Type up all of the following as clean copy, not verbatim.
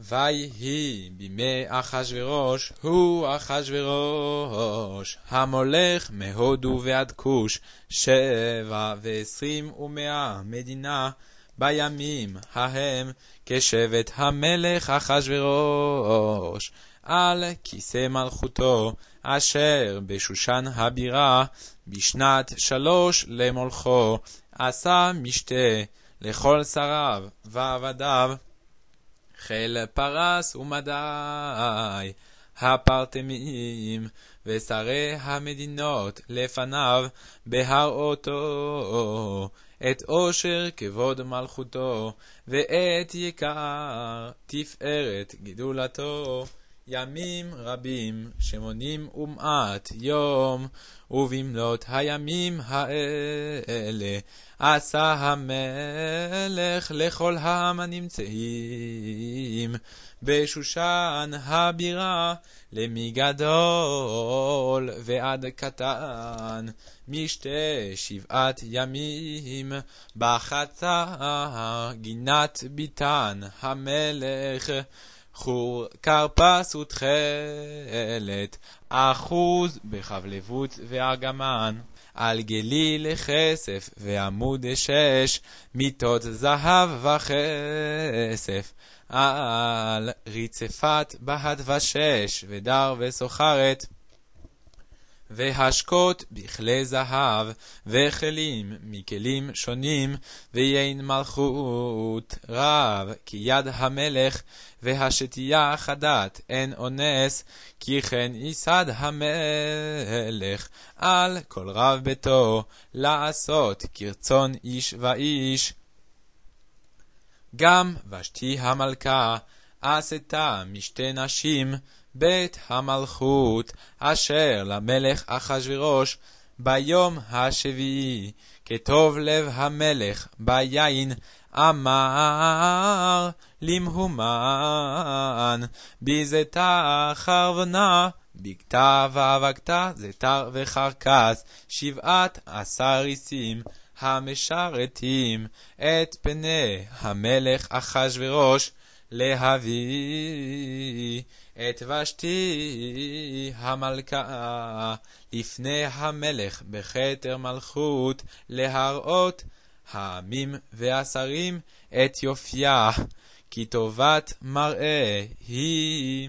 ויהי בימי אחשוורוש, הוא אחשוורוש, המולך מהודו ועד כוש, 27 מדינה, בימים ההם כשבט המלך אחשוורוש, על כיסא מלכותו, אשר בשושן הבירה, בשנת 3 למולכו, עשה משתה לכל שריו ועבדיו, חיל פרס ומדי, הפרטמים ושרי המדינות לפניו, בהראותו את עושר כבוד מלכותו, ואת יקר תפארת גדולתו, ימים רבים שמונים ומעט יום, ובמלאת הימים האלה עשה המלך לכל העם הנמצאים בשושן הבירה, למגדול ועד קטן, משתה 7 ימים, בחצר גינת ביתן המלך, חור כרפס ותכלת, אחוז בחבלבות וארגמן, על גליל כסף ועמוד 6, מיטות זהב וכסף, על ריצפת בהד ושש, ודר וסוחרת, והשקות בכלי זהב, וכלים מכלים שונים, ויין מלכות רב, כי יד המלך, והשתייה חדת אין אונס, כי כן יסד המלך, על כל רב ביתו, לעשות כרצון איש ואיש. גם ושתי המלכה, עשתה משתי נשים, בית המלכות, אשר למלך אחשוורוש, ביום השביעי, כטוב לב המלך ביין, אמר למהומן, בזתה חרבונה, בקתה ואבקתה, זתר וחרקס, 17 ריסים, המשרתים את פני המלך אחשוורוש, להביא את ושתי המלכה לפני המלך בכתר מלכות, להראות העמים והשרים את יופייה, כי טובת מראה היא.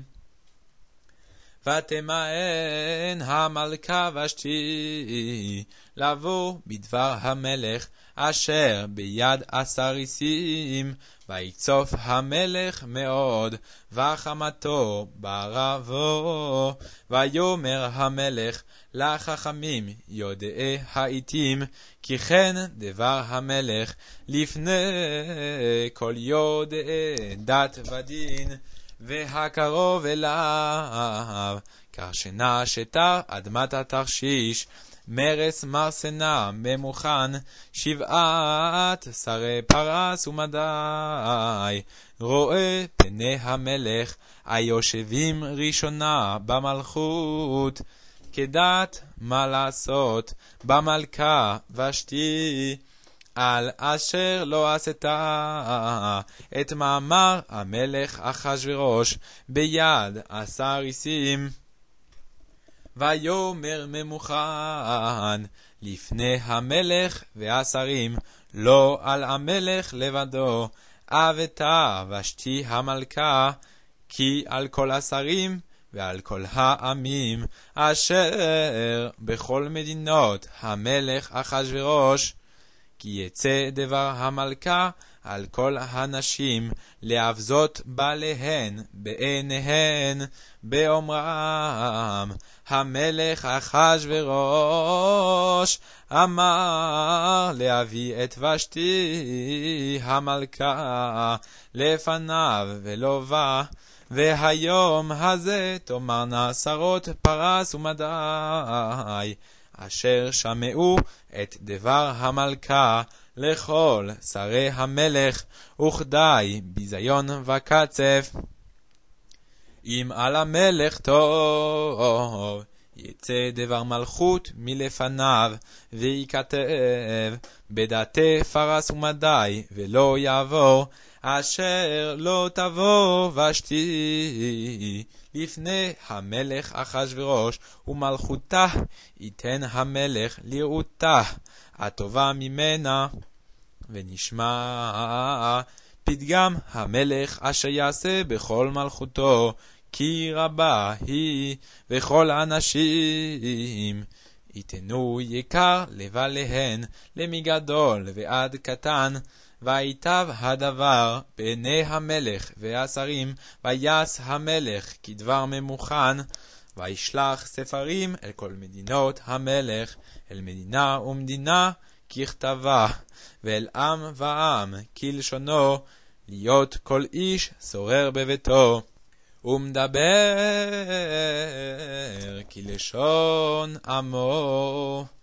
ותמאן המלכה ושתי לבוא בדבר המלך, אשר ביד 10 ריסים, ויקצוף המלך מאוד, וחמתו ברבו, ויאמר המלך לחכמים יודעי העתים, כי כן דבר המלך לפני כל יודעי דת ודין, והקרוב אליו, קרשנה שתר אדמת התרשיש, מרס מרסנה ממוכן, 7 שרי פרס ומדי, רואה פני המלך, היושבים ראשונה במלכות, כדעת מה לעשות במלכה ושתי, על אשר לא עשתה את מאמר המלך אחשוורוש ביד 10 ריסים. ויאמר ממוכן לפני המלך והשרים, לא על המלך לבדו, אבתה ושתי המלכה, כי על כל השרים ועל כל העמים אשר בכל מדינות המלך אחשוורוש, כי יצא דבר המלכה על כל הנשים להבזות בעליהן בעיניהן, באומרם המלך אחשוורוש אמר להביא את ושתי המלכה לפניו ולא בא, והיום הזה תאמרנה שרות פרס ומדי, אשר שמעו את דבר המלכה לכל שרי המלך, וכדי ביזיון וקצף. אם על המלך טוב, יצא דבר מלכות מלפניו, וייכתב בדתי פרס ומדי, ולא יעבור, אשר לא תבוא ושתי לפני המלך אחשוורוש, ומלכותה ייתן המלך לראותה הטובה ממנה. ונשמע פתגם המלך אשר יעשה בכל מלכותו, כי רבה היא, וכל האנשים יתנו יקר לבעליהן, למגדול ועד קטן. ויטב הדבר בעיני המלך והשרים, ויעש המלך כדבר ממוכן, וישלח ספרים אל כל מדינות המלך, אל מדינה ומדינה ככתבה, ואל עם ועם כלשונו, להיות כל איש שורר בביתו. ומדבר כלשון עמו.